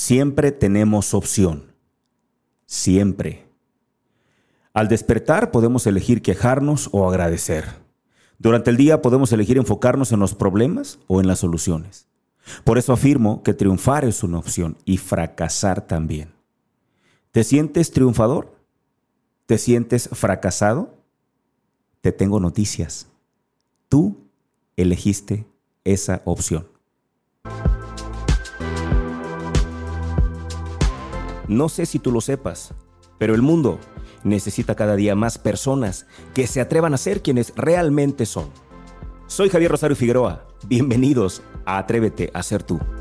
Siempre tenemos opción. Siempre. Al despertar podemos elegir quejarnos o agradecer. Durante el día podemos elegir enfocarnos en los problemas o en las soluciones. Por eso afirmo que triunfar es una opción y fracasar también. ¿Te sientes triunfador? ¿Te sientes fracasado? Te tengo noticias. Tú elegiste esa opción. No sé si tú lo sepas, pero el mundo necesita cada día más personas que se atrevan a ser quienes realmente son. Soy Javier Rosario Figueroa. Bienvenidos a Atrévete a Ser Tú.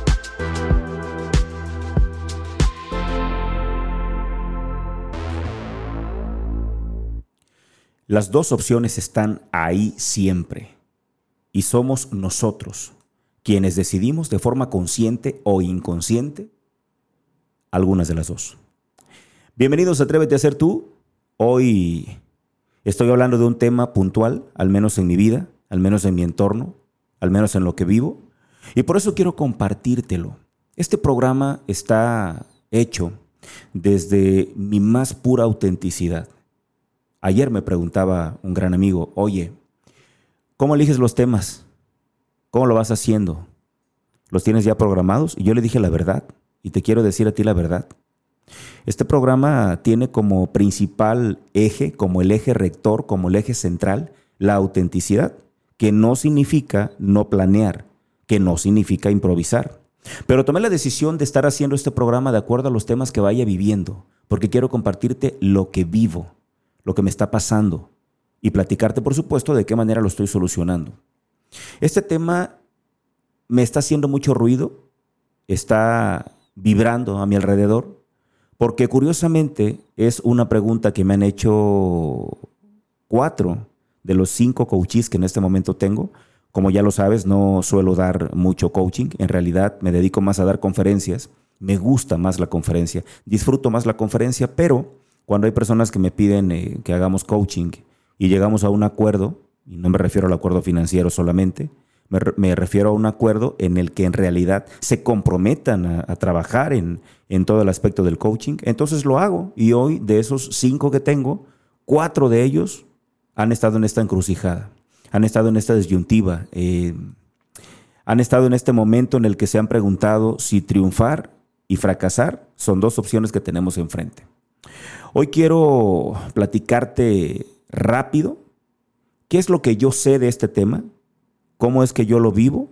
Las dos opciones están ahí siempre. Y somos nosotros quienes decidimos de forma consciente o inconsciente algunas de las dos. Bienvenidos a Atrévete a Ser Tú. Hoy estoy hablando de un tema puntual, al menos en mi vida, al menos en mi entorno, al menos en lo que vivo. Y por eso quiero compartírtelo. Este programa está hecho desde mi más pura autenticidad. Ayer me preguntaba un gran amigo, oye, ¿cómo eliges los temas? ¿Cómo lo vas haciendo? ¿Los tienes ya programados? Y yo le dije la verdad, y te quiero decir a ti la verdad. Este programa tiene como principal eje, como el eje rector, como el eje central, la autenticidad, que no significa no planear, que no significa improvisar. Pero tomé la decisión de estar haciendo este programa de acuerdo a los temas que vaya viviendo, porque quiero compartirte lo que vivo, lo que me está pasando y platicarte, por supuesto, de qué manera lo estoy solucionando. Este tema me está haciendo mucho ruido, está vibrando a mi alrededor, porque curiosamente es una pregunta que me han hecho 4 de los 5 coaches que en este momento tengo. Como ya lo sabes, no suelo dar mucho coaching, en realidad me dedico más a dar conferencias, me gusta más la conferencia, disfruto más la conferencia, pero cuando hay personas que me piden que hagamos coaching y llegamos a un acuerdo, y no me refiero al acuerdo financiero solamente, me refiero a un acuerdo en el que en realidad se comprometan a trabajar en todo el aspecto del coaching, entonces lo hago. Y hoy de esos 5 que tengo, 4 de ellos han estado en esta encrucijada, han estado en esta disyuntiva, han estado en este momento en el que se han preguntado si triunfar y fracasar son 2 opciones que tenemos enfrente. Hoy quiero platicarte rápido qué es lo que yo sé de este tema, cómo es que yo lo vivo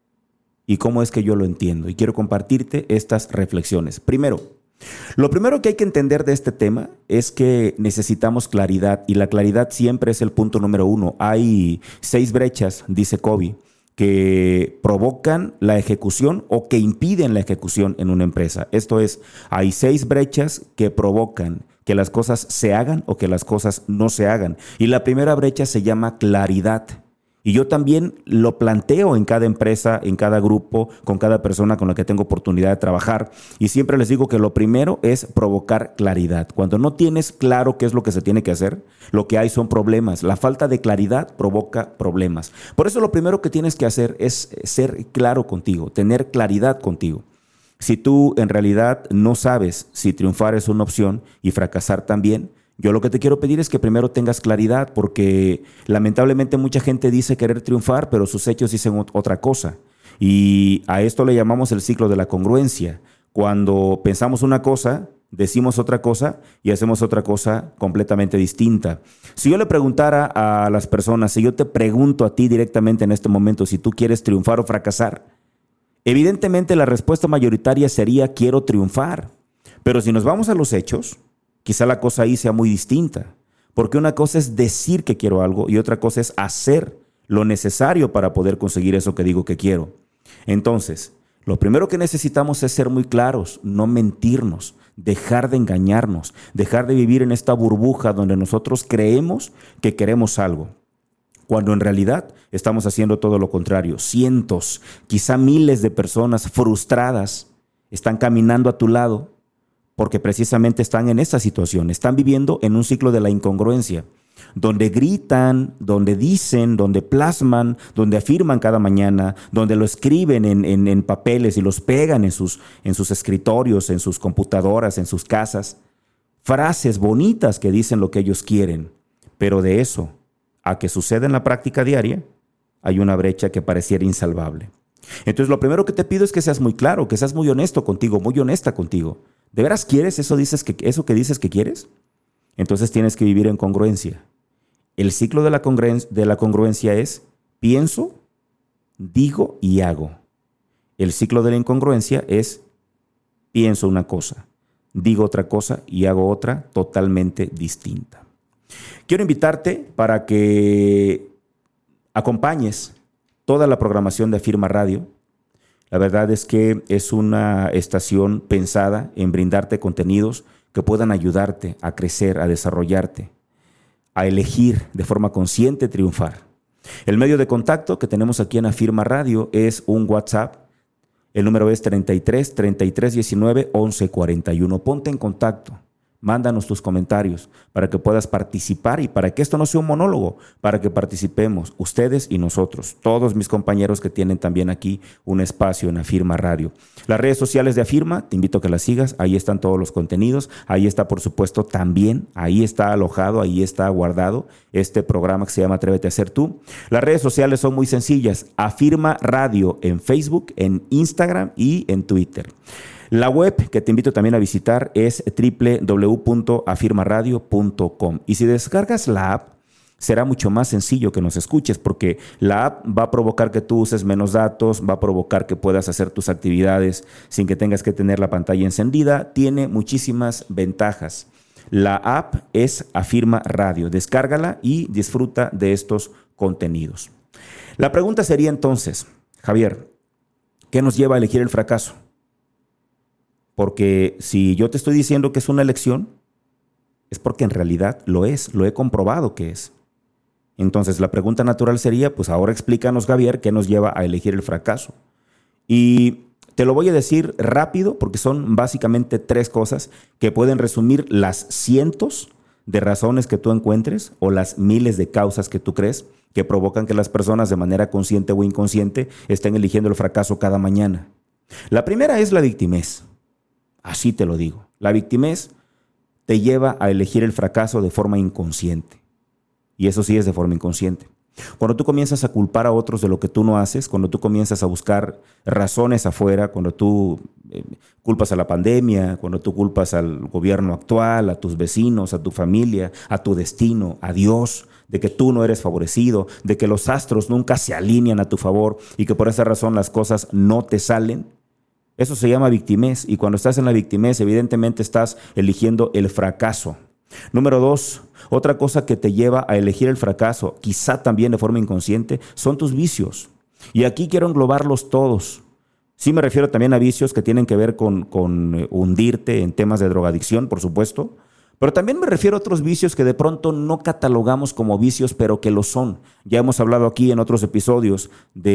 y cómo es que yo lo entiendo. Y quiero compartirte estas reflexiones. Primero, lo primero que hay que entender de este tema es que necesitamos claridad, y la claridad siempre es el punto número 1. Hay 6 brechas, dice Covey, que provocan la ejecución o que impiden la ejecución en una empresa. Esto es, hay 6 brechas que provocan que las cosas se hagan o que las cosas no se hagan. Y la primera brecha se llama claridad. Y yo también lo planteo en cada empresa, en cada grupo, con cada persona con la que tengo oportunidad de trabajar. Y siempre les digo que lo primero es provocar claridad. Cuando no tienes claro qué es lo que se tiene que hacer, lo que hay son problemas. La falta de claridad provoca problemas. Por eso lo primero que tienes que hacer es ser claro contigo, tener claridad contigo. Si tú en realidad no sabes si triunfar es una opción y fracasar también, yo lo que te quiero pedir es que primero tengas claridad, porque lamentablemente mucha gente dice querer triunfar, pero sus hechos dicen otra cosa. Y a esto le llamamos el ciclo de la congruencia. Cuando pensamos una cosa, decimos otra cosa y hacemos otra cosa completamente distinta. Si yo le preguntara a las personas, si yo te pregunto a ti directamente en este momento si tú quieres triunfar o fracasar, evidentemente la respuesta mayoritaria sería quiero triunfar. Pero si nos vamos a los hechos, quizá la cosa ahí sea muy distinta, porque una cosa es decir que quiero algo y otra cosa es hacer lo necesario para poder conseguir eso que digo que quiero. Entonces, lo primero que necesitamos es ser muy claros, no mentirnos, dejar de engañarnos, dejar de vivir en esta burbuja donde nosotros creemos que queremos algo, cuando en realidad estamos haciendo todo lo contrario. Cientos, quizá miles de personas frustradas están caminando a tu lado porque precisamente están en esta situación, están viviendo en un ciclo de la incongruencia. donde gritan, donde dicen, donde plasman, donde afirman cada mañana, donde lo escriben en papeles y los pegan en sus escritorios, en sus computadoras, en sus casas. Frases bonitas que dicen lo que ellos quieren, pero de eso a que suceda en la práctica diaria, hay una brecha que pareciera insalvable. Entonces, lo primero que te pido es que seas muy claro, que seas muy honesto contigo, muy honesta contigo. ¿De veras quieres eso que dices que quieres? Entonces tienes que vivir en congruencia. El ciclo de la congruencia es pienso, digo y hago. El ciclo de la incongruencia es pienso una cosa, digo otra cosa y hago otra totalmente distinta. Quiero invitarte para que acompañes toda la programación de Afirma Radio. La verdad es que es una estación pensada en brindarte contenidos que puedan ayudarte a crecer, a desarrollarte, a elegir de forma consciente triunfar. El medio de contacto que tenemos aquí en Afirma Radio es un WhatsApp. El número es 33 33 19 11 41. Ponte en contacto. Mándanos tus comentarios para que puedas participar y para que esto no sea un monólogo, para que participemos ustedes y nosotros, todos mis compañeros que tienen también aquí un espacio en Afirma Radio. Las redes sociales de Afirma, te invito a que las sigas, ahí están todos los contenidos, ahí está por supuesto también, ahí está alojado, ahí está guardado este programa que se llama Atrévete a Ser Tú. Las redes sociales son muy sencillas, Afirma Radio en Facebook, en Instagram y en Twitter. La web que te invito también a visitar es www.afirmaradio.com. Y si descargas la app, será mucho más sencillo que nos escuches porque la app va a provocar que tú uses menos datos, va a provocar que puedas hacer tus actividades sin que tengas que tener la pantalla encendida. Tiene muchísimas ventajas. La app es Afirma Radio. Descárgala y disfruta de estos contenidos. La pregunta sería entonces, Javier, ¿qué nos lleva a elegir el fracaso? Porque si yo te estoy diciendo que es una elección, es porque en realidad lo es, lo he comprobado que es. Entonces la pregunta natural sería, pues ahora explícanos, Javier, qué nos lleva a elegir el fracaso. Y te lo voy a decir rápido porque son básicamente tres cosas que pueden resumir las cientos de razones que tú encuentres o las miles de causas que tú crees que provocan que las personas de manera consciente o inconsciente estén eligiendo el fracaso cada mañana. La primera es la victimez. Así te lo digo. La victimez te lleva a elegir el fracaso de forma inconsciente. Y eso sí es de forma inconsciente. Cuando tú comienzas a culpar a otros de lo que tú no haces, cuando tú comienzas a buscar razones afuera, cuando tú culpas a la pandemia, cuando tú culpas al gobierno actual, a tus vecinos, a tu familia, a tu destino, a Dios, de que tú no eres favorecido, de que los astros nunca se alinean a tu favor y que por esa razón las cosas no te salen, eso se llama victimez, y cuando estás en la victimez, evidentemente estás eligiendo el fracaso. Número 2, otra cosa que te lleva a elegir el fracaso, quizá también de forma inconsciente, son tus vicios. Y aquí quiero englobarlos todos. Sí me refiero también a vicios que tienen que ver con hundirte en temas de drogadicción, por supuesto, pero también me refiero a otros vicios que de pronto no catalogamos como vicios, pero que lo son. Ya hemos hablado aquí en otros episodios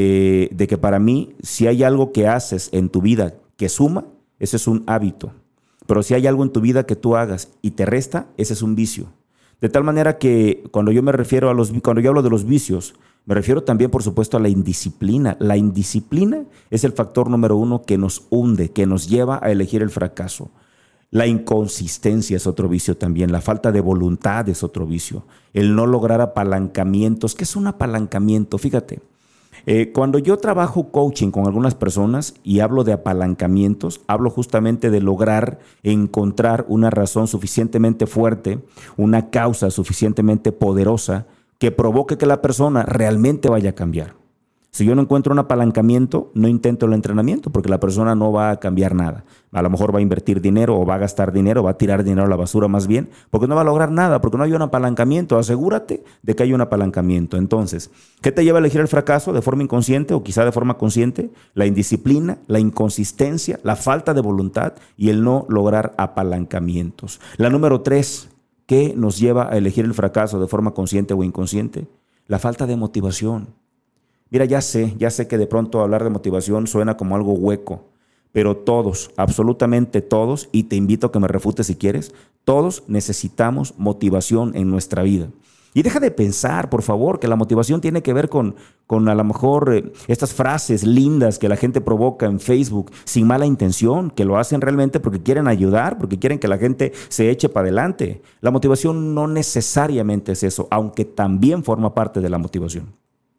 de que para mí, si hay algo que haces en tu vida que suma, ese es un hábito. Pero si hay algo en tu vida que tú hagas y te resta, ese es un vicio. De tal manera que cuando yo hablo de los vicios, me refiero también, por supuesto, a la indisciplina. La indisciplina es el factor número 1 que nos hunde, que nos lleva a elegir el fracaso. La inconsistencia es otro vicio también, la falta de voluntad es otro vicio, el no lograr apalancamientos. ¿Qué es un apalancamiento? Fíjate, cuando yo trabajo coaching con algunas personas y hablo de apalancamientos, hablo justamente de lograr encontrar una razón suficientemente fuerte, una causa suficientemente poderosa que provoque que la persona realmente vaya a cambiar. Si yo no encuentro un apalancamiento, no intento el entrenamiento porque la persona no va a cambiar nada. A lo mejor va a invertir dinero o va a gastar dinero, va a tirar dinero a la basura más bien, porque no va a lograr nada, porque no hay un apalancamiento. Asegúrate de que hay un apalancamiento. Entonces, ¿qué te lleva a elegir el fracaso de forma inconsciente o quizá de forma consciente? La indisciplina, la inconsistencia, la falta de voluntad y el no lograr apalancamientos. La número 3, ¿qué nos lleva a elegir el fracaso de forma consciente o inconsciente? La falta de motivación. Mira, ya sé que de pronto hablar de motivación suena como algo hueco, pero todos, absolutamente todos, y te invito a que me refutes si quieres, todos necesitamos motivación en nuestra vida. Y deja de pensar, por favor, que la motivación tiene que ver con a lo mejor estas frases lindas que la gente provoca en Facebook sin mala intención, que lo hacen realmente porque quieren ayudar, porque quieren que la gente se eche para adelante. La motivación no necesariamente es eso, aunque también forma parte de la motivación.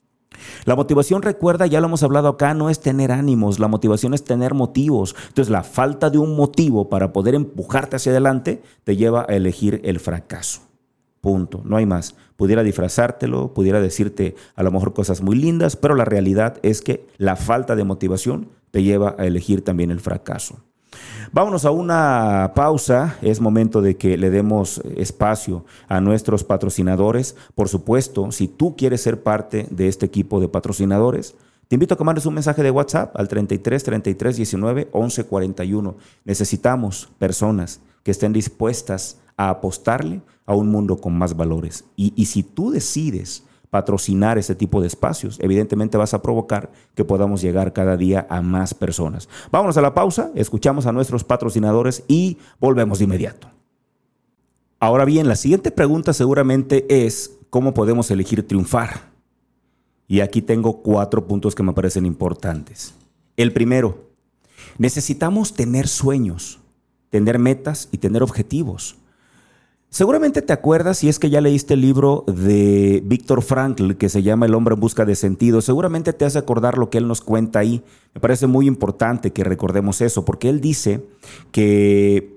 La motivación, recuerda, ya lo hemos hablado acá, no es tener ánimos, la motivación es tener motivos. Entonces, la falta de un motivo para poder empujarte hacia adelante te lleva a elegir el fracaso. Punto, no hay más. Pudiera disfrazártelo, pudiera decirte a lo mejor cosas muy lindas, pero la realidad es que la falta de motivación te lleva a elegir también el fracaso. Vámonos a una pausa. Es momento de que le demos espacio a nuestros patrocinadores. Por supuesto, si tú quieres ser parte de este equipo de patrocinadores, te invito a que mandes un mensaje de WhatsApp al 33 33 19 11 41. Necesitamos personas que estén dispuestas a apostarle a un mundo con más valores. Y si tú decides patrocinar ese tipo de espacios, evidentemente vas a provocar que podamos llegar cada día a más personas. Vámonos a la pausa, escuchamos a nuestros patrocinadores y volvemos de inmediato. Ahora bien, la siguiente pregunta seguramente es: ¿cómo podemos elegir triunfar? Y aquí tengo 4 puntos que me parecen importantes. El primero, necesitamos tener sueños, tener metas y tener objetivos. Seguramente te acuerdas, si es que ya leíste el libro de Viktor Frankl que se llama El hombre en busca de sentido, seguramente te hace acordar lo que él nos cuenta ahí. Me parece muy importante que recordemos eso, porque él dice que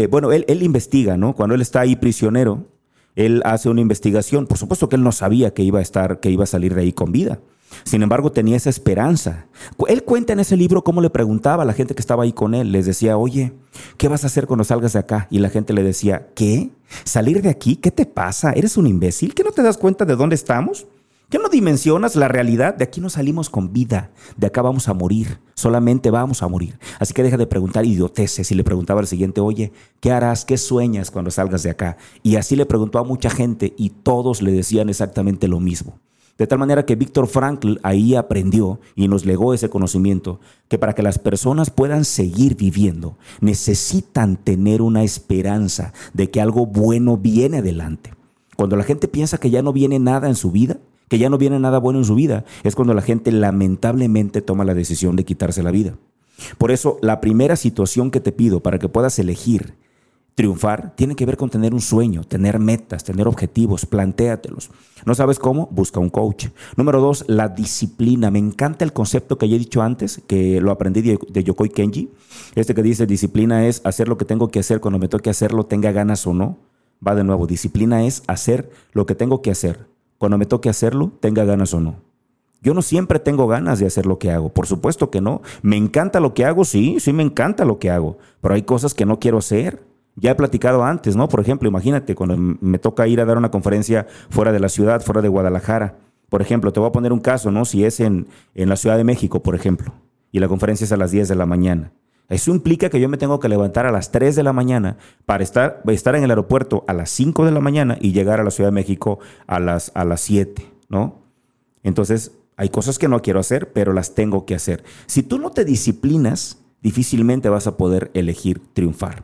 él investiga, ¿no? Cuando él está ahí prisionero, él hace una investigación. Por supuesto que él no sabía que iba a salir de ahí con vida. Sin embargo, tenía esa esperanza. Él cuenta en ese libro cómo le preguntaba a la gente que estaba ahí con él. Les decía: oye, ¿qué vas a hacer cuando salgas de acá? Y la gente le decía: ¿qué? ¿Salir de aquí? ¿Qué te pasa? ¿Eres un imbécil? ¿Que no te das cuenta de dónde estamos? ¿Que no dimensionas la realidad? De aquí no salimos con vida. De acá vamos a morir. Solamente vamos a morir. Así que deja de preguntar idioteces. Y le preguntaba al siguiente: oye, ¿qué harás? ¿Qué sueñas cuando salgas de acá? Y así le preguntó a mucha gente y todos le decían exactamente lo mismo. De tal manera que Viktor Frankl ahí aprendió y nos legó ese conocimiento, que para que las personas puedan seguir viviendo, necesitan tener una esperanza de que algo bueno viene adelante. Cuando la gente piensa que ya no viene nada en su vida, que ya no viene nada bueno en su vida, es cuando la gente lamentablemente toma la decisión de quitarse la vida. Por eso, la primera situación que te pido para que puedas elegir triunfar tiene que ver con tener un sueño, tener metas, tener objetivos, plantéatelos. ¿No sabes cómo? Busca un coach. Número 2, la disciplina. Me encanta el concepto que ya he dicho antes, que lo aprendí de Yokoi Kenji. Que dice: disciplina es hacer lo que tengo que hacer cuando me toque hacerlo, tenga ganas o no. Va de nuevo, disciplina es hacer lo que tengo que hacer cuando me toque hacerlo, tenga ganas o no. Yo no siempre tengo ganas de hacer lo que hago, por supuesto que no. ¿Me encanta lo que hago? Sí me encanta lo que hago, pero hay cosas que no quiero hacer. Ya he platicado antes, ¿no? Por ejemplo, imagínate cuando me toca ir a dar una conferencia fuera de la ciudad, fuera de Guadalajara. Por ejemplo, te voy a poner un caso, ¿no? Si es en la Ciudad de México, por ejemplo, y la conferencia es a las 10 de la mañana. Eso implica que yo me tengo que levantar a las 3 de la mañana para estar en el aeropuerto a las 5 de la mañana y llegar a la Ciudad de México a las 7, ¿no? Entonces, hay cosas que no quiero hacer, pero las tengo que hacer. Si tú no te disciplinas, difícilmente vas a poder elegir triunfar.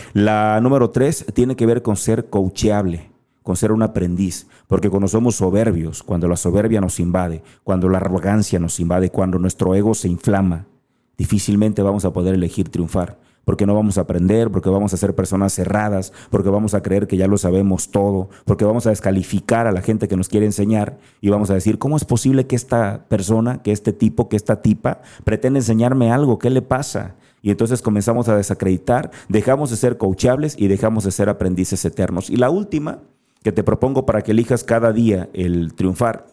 La número 3 tiene que ver con ser coachable, con ser un aprendiz, porque cuando somos soberbios, cuando la soberbia nos invade, cuando la arrogancia nos invade, cuando nuestro ego se inflama, difícilmente vamos a poder elegir triunfar, porque no vamos a aprender, porque vamos a ser personas cerradas, porque vamos a creer que ya lo sabemos todo, porque vamos a descalificar a la gente que nos quiere enseñar y vamos a decir: ¿cómo es posible que esta persona, que este tipo, que esta tipa pretende enseñarme algo? ¿Qué le pasa? Y entonces comenzamos a desacreditar, dejamos de ser coachables y dejamos de ser aprendices eternos. Y la última que te propongo para que elijas cada día el triunfar,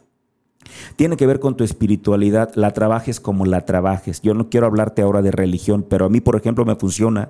tiene que ver con tu espiritualidad. La trabajes como la trabajes. Yo no quiero hablarte ahora de religión, pero a mí, por ejemplo, me funciona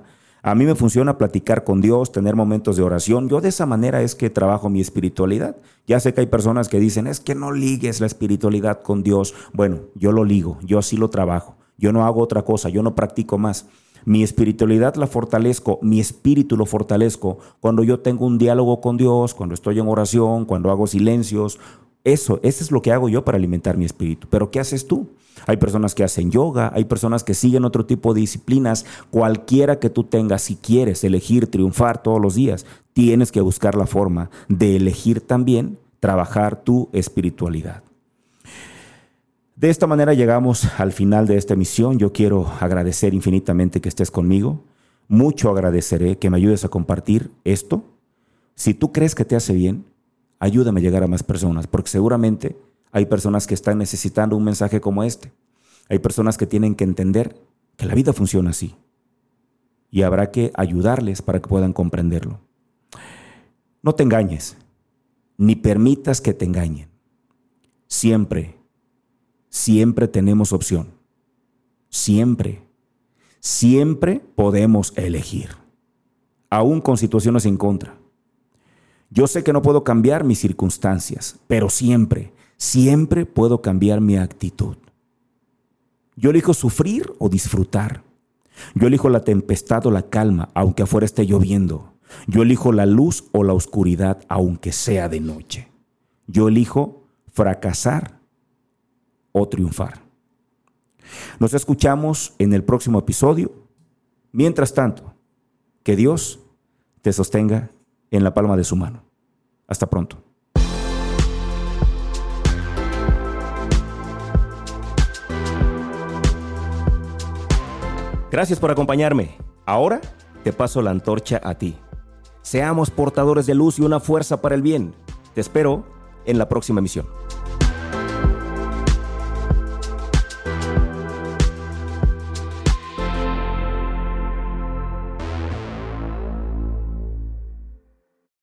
platicar con Dios, tener momentos de oración. Yo de esa manera es que trabajo mi espiritualidad. Ya sé que hay personas que dicen: es que no ligues la espiritualidad con Dios. Bueno, yo lo ligo, yo así lo trabajo. Yo no hago otra cosa, yo no practico más. Mi espiritualidad la fortalezco, mi espíritu lo fortalezco cuando yo tengo un diálogo con Dios, cuando estoy en oración, cuando hago silencios. Eso es lo que hago yo para alimentar mi espíritu. ¿Pero qué haces tú? Hay personas que hacen yoga, hay personas que siguen otro tipo de disciplinas. Cualquiera que tú tengas, si quieres elegir triunfar todos los días, tienes que buscar la forma de elegir también trabajar tu espiritualidad. De esta manera llegamos al final de esta emisión. Yo quiero agradecer infinitamente que estés conmigo. Mucho agradeceré que me ayudes a compartir esto. Si tú crees que te hace bien, ayúdame a llegar a más personas, porque seguramente hay personas que están necesitando un mensaje como este. Hay personas que tienen que entender que la vida funciona así y habrá que ayudarles para que puedan comprenderlo. No te engañes, ni permitas que te engañen. Siempre tenemos opción. Siempre podemos elegir, aún con situaciones en contra. Yo sé que no puedo cambiar mis circunstancias, pero siempre puedo cambiar mi actitud. Yo elijo sufrir o disfrutar. Yo elijo la tempestad o la calma, aunque afuera esté lloviendo. Yo elijo la luz o la oscuridad, aunque sea de noche. Yo elijo fracasar o triunfar. Nos escuchamos en el próximo episodio. Mientras tanto, que Dios te sostenga en la palma de su mano. Hasta pronto. Gracias por acompañarme. Ahora te paso la antorcha a ti. Seamos portadores de luz y una fuerza para el bien. Te espero en la próxima emisión.